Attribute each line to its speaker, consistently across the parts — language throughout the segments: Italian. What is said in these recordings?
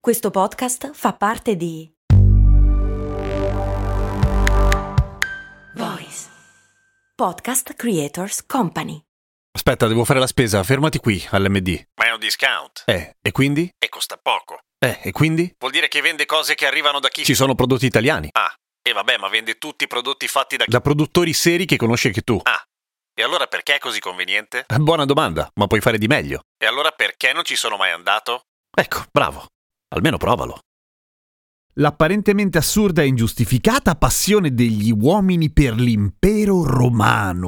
Speaker 1: Questo podcast fa parte di Voice Podcast Creators Company.
Speaker 2: Aspetta, devo fare la spesa, fermati qui all'MD.
Speaker 3: Ma è un discount.
Speaker 2: E quindi?
Speaker 3: E costa poco.
Speaker 2: E quindi?
Speaker 3: Vuol dire che vende cose che arrivano da chi?
Speaker 2: Ci sono prodotti italiani.
Speaker 3: Ah, e vabbè, ma vende tutti i prodotti fatti da chi?
Speaker 2: Da produttori seri che conosci anche tu.
Speaker 3: Ah, e allora perché è così conveniente?
Speaker 2: Buona domanda, ma puoi fare di meglio.
Speaker 3: E allora perché non ci sono mai andato?
Speaker 2: Ecco, bravo. Almeno provalo. L'apparentemente assurda e ingiustificata passione degli uomini per l'impero romano.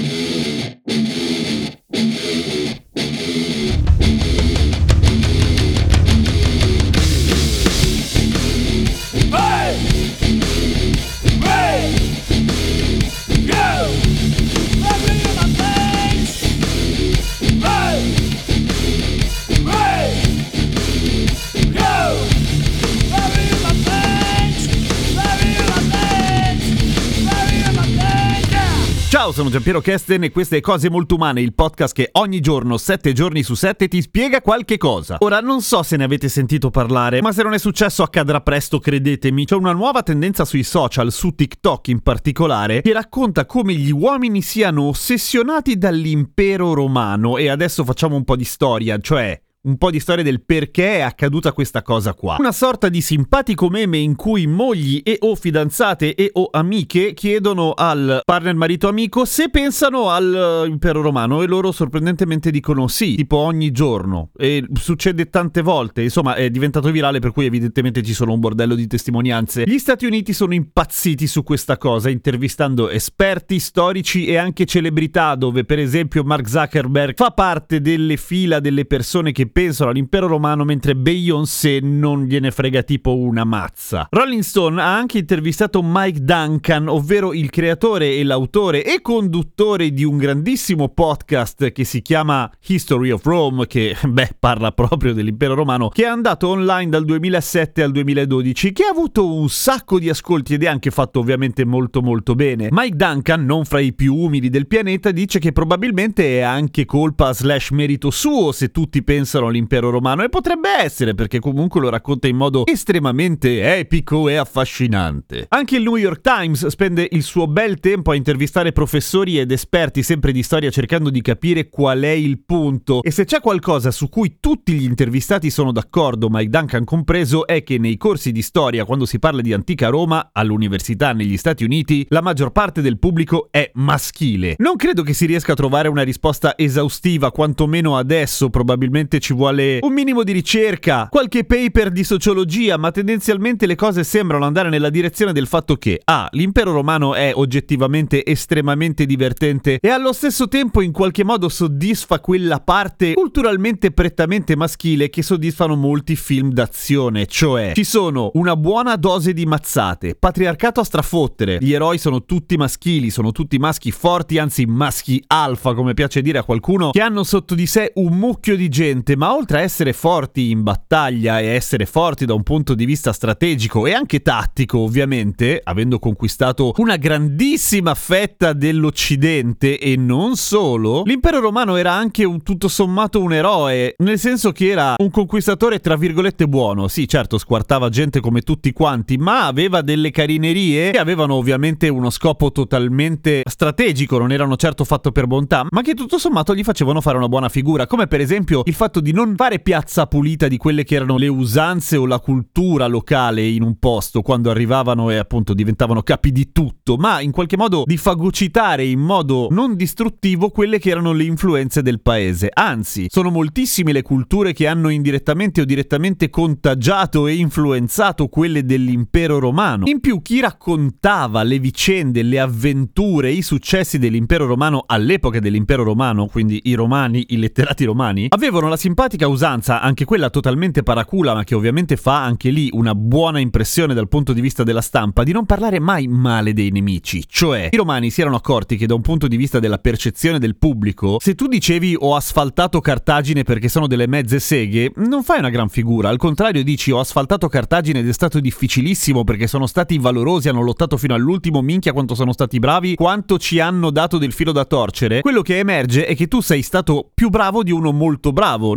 Speaker 2: Ciao, sono Giampiero Kesten e queste è Cose Molto Umane, il podcast che ogni giorno, 7 giorni su 7, ti spiega qualche cosa. Ora, non so se ne avete sentito parlare, ma se non è successo accadrà presto, credetemi. C'è una nuova tendenza sui social, su TikTok in particolare, che racconta come gli uomini siano ossessionati dall'impero romano. E adesso facciamo un po' di storia, cioè un po' di storia del perché è accaduta questa cosa qua. Una sorta di simpatico meme in cui mogli e o fidanzate e o amiche chiedono al partner marito amico se pensano all'impero romano e loro sorprendentemente dicono sì, tipo ogni giorno. E succede tante volte, insomma è diventato virale, per cui evidentemente ci sono un bordello di testimonianze. Gli Stati Uniti sono impazziti su questa cosa, intervistando esperti, storici e anche celebrità, dove per esempio Mark Zuckerberg fa parte delle fila delle persone che pensano all'impero romano, mentre Beyoncé non gliene frega tipo una mazza. Rolling Stone ha anche intervistato Mike Duncan, ovvero il creatore e l'autore e conduttore di un grandissimo podcast che si chiama History of Rome, che parla proprio dell'impero romano, che è andato online dal 2007 al 2012, che ha avuto un sacco di ascolti ed è anche fatto ovviamente molto molto bene. Mike Duncan, non fra i più umili del pianeta, dice che probabilmente è anche colpa / merito suo se tutti pensano all'impero romano, e potrebbe essere, perché comunque lo racconta in modo estremamente epico e affascinante. Anche il New York Times spende il suo bel tempo a intervistare professori ed esperti sempre di storia, cercando di capire qual è il punto, e se c'è qualcosa su cui tutti gli intervistati sono d'accordo, Mike Duncan compreso, è che nei corsi di storia, quando si parla di antica Roma all'università negli Stati Uniti, la maggior parte del pubblico è maschile. Non credo che si riesca a trovare una risposta esaustiva, quantomeno adesso. Probabilmente ci vuole un minimo di ricerca, qualche paper di sociologia, ma tendenzialmente le cose sembrano andare nella direzione del fatto che l'impero romano è oggettivamente estremamente divertente e allo stesso tempo in qualche modo soddisfa quella parte culturalmente prettamente maschile che soddisfano molti film d'azione, cioè ci sono una buona dose di mazzate, patriarcato a strafottere, gli eroi sono tutti maschili, sono tutti maschi forti, anzi maschi alfa come piace dire a qualcuno, che hanno sotto di sé un mucchio di gente, ma oltre a essere forti in battaglia e essere forti da un punto di vista strategico e anche tattico, ovviamente, avendo conquistato una grandissima fetta dell'Occidente e non solo, l'impero romano era anche tutto sommato un eroe, nel senso che era un conquistatore tra virgolette buono. Sì, certo, squartava gente come tutti quanti, ma aveva delle carinerie che avevano ovviamente uno scopo totalmente strategico, non erano certo fatto per bontà, ma che tutto sommato gli facevano fare una buona figura, come per esempio il fatto di non fare piazza pulita di quelle che erano le usanze o la cultura locale in un posto quando arrivavano e appunto diventavano capi di tutto, ma in qualche modo di fagocitare in modo non distruttivo quelle che erano le influenze del paese. Anzi, sono moltissime le culture che hanno indirettamente o direttamente contagiato e influenzato quelle dell'impero romano. In più, chi raccontava le vicende, le avventure, i successi dell'impero romano all'epoca dell'impero romano, quindi i romani, i letterati romani, avevano la simpatica usanza, anche quella totalmente paracula, ma che ovviamente fa anche lì una buona impressione dal punto di vista della stampa, di non parlare mai male dei nemici. Cioè, i romani si erano accorti che da un punto di vista della percezione del pubblico, se tu dicevi ho asfaltato Cartagine perché sono delle mezze seghe, non fai una gran figura. Al contrario, dici ho asfaltato Cartagine ed è stato difficilissimo perché sono stati valorosi, hanno lottato fino all'ultimo, minchia quanto sono stati bravi, quanto ci hanno dato del filo da torcere. Quello che emerge è che tu sei stato più bravo di uno molto bravo.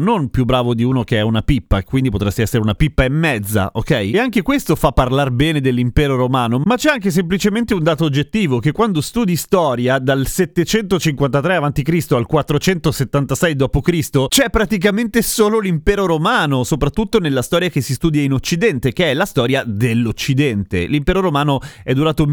Speaker 2: non più bravo di uno che è una pippa, quindi potresti essere una pippa e mezza, ok? E anche questo fa parlare bene dell'impero romano, ma c'è anche semplicemente un dato oggettivo, che quando studi storia dal 753 a.C. al 476 d.C. c'è praticamente solo l'impero romano, soprattutto nella storia che si studia in Occidente, che è la storia dell'Occidente. L'impero romano è durato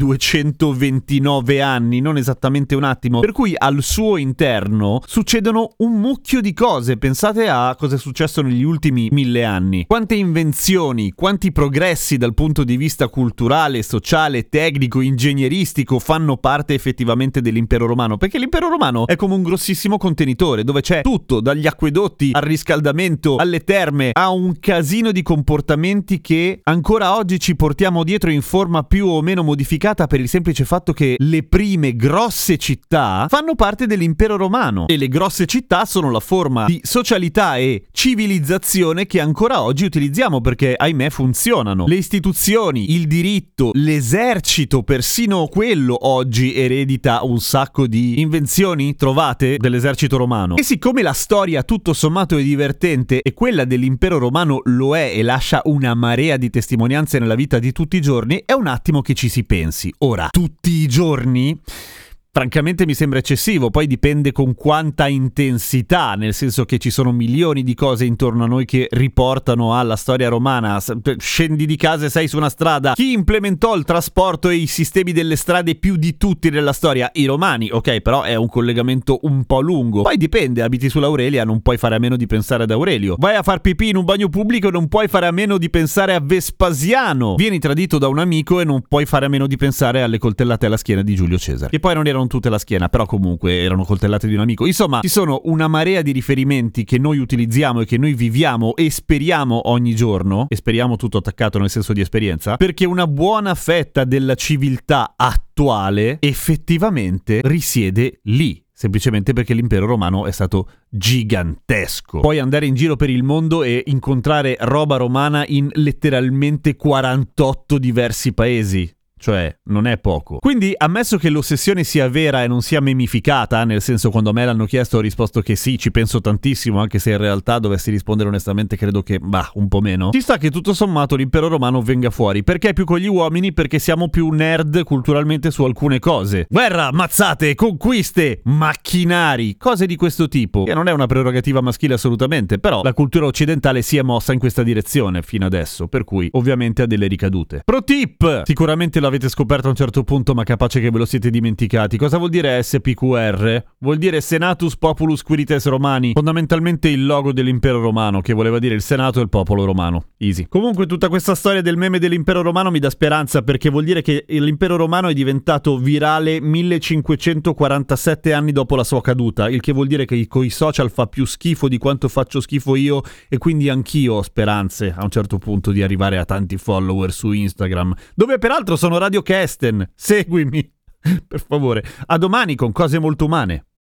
Speaker 2: 1229 anni, non esattamente un attimo, per cui al suo interno succedono un mucchio di cose. Pensate a cosa è successo negli ultimi 1000 anni. Quante invenzioni, quanti progressi dal punto di vista culturale, sociale, tecnico, ingegneristico fanno parte effettivamente dell'impero romano, perché l'impero romano è come un grossissimo contenitore dove c'è tutto, dagli acquedotti al riscaldamento, alle terme, a un casino di comportamenti che ancora oggi ci portiamo dietro in forma più o meno modificata, per il semplice fatto che le prime grosse città fanno parte dell'impero romano, e le grosse città sono la forma di socialità e civilizzazione che ancora oggi utilizziamo, perché ahimè funzionano. Le istituzioni, il diritto, l'esercito, persino quello oggi eredita un sacco di invenzioni trovate dell'esercito romano. E siccome la storia tutto sommato è divertente e quella dell'impero romano lo è e lascia una marea di testimonianze nella vita di tutti i giorni, è un attimo che ci si pensi. Ora, tutti i giorni? Francamente mi sembra eccessivo, poi dipende con quanta intensità, nel senso che ci sono milioni di cose intorno a noi che riportano alla storia romana. Scendi di casa e sei su una strada. Chi implementò il trasporto e i sistemi delle strade più di tutti nella storia? I romani, ok, però è un collegamento un po' lungo. Poi dipende, abiti sull'Aurelia, non puoi fare a meno di pensare ad Aurelio. Vai a far pipì in un bagno pubblico e non puoi fare a meno di pensare a Vespasiano. Vieni tradito da un amico e non puoi fare a meno di pensare alle coltellate alla schiena di Giulio Cesare, che poi non erano tutte la schiena, però comunque erano coltellate di un amico. Insomma, ci sono una marea di riferimenti che noi utilizziamo e che noi viviamo e speriamo ogni giorno, e speriamo tutto attaccato nel senso di esperienza, perché una buona fetta della civiltà attuale effettivamente risiede lì. Semplicemente perché l'impero romano è stato gigantesco. Puoi andare in giro per il mondo e incontrare roba romana in letteralmente 48 diversi paesi. Cioè, non è poco. Quindi, ammesso che l'ossessione sia vera e non sia memificata, nel senso, quando a me l'hanno chiesto ho risposto che sì, ci penso tantissimo, anche se in realtà dovessi rispondere onestamente credo che, un po' meno. Ci sta che tutto sommato l'impero romano venga fuori. Perché più con gli uomini? Perché siamo più nerd culturalmente su alcune cose. Guerra, mazzate, conquiste, macchinari, cose di questo tipo. Che non è una prerogativa maschile assolutamente, però la cultura occidentale si è mossa in questa direzione fino adesso, per cui ovviamente ha delle ricadute. Pro tip! Sicuramente l'avete scoperto a un certo punto, ma capace che ve lo siete dimenticati. Cosa vuol dire SPQR? Vuol dire Senatus Populus Quirites Romani, fondamentalmente il logo dell'impero romano, che voleva dire il Senato e il popolo romano. Easy. Comunque tutta questa storia del meme dell'impero romano mi dà speranza, perché vuol dire che l'impero romano è diventato virale 1547 anni dopo la sua caduta, il che vuol dire che coi social fa più schifo di quanto faccio schifo io, e quindi anch'io ho speranze a un certo punto di arrivare a tanti follower su Instagram, dove peraltro sono Radio Kesten. Seguimi, per favore. A domani con cose molto umane.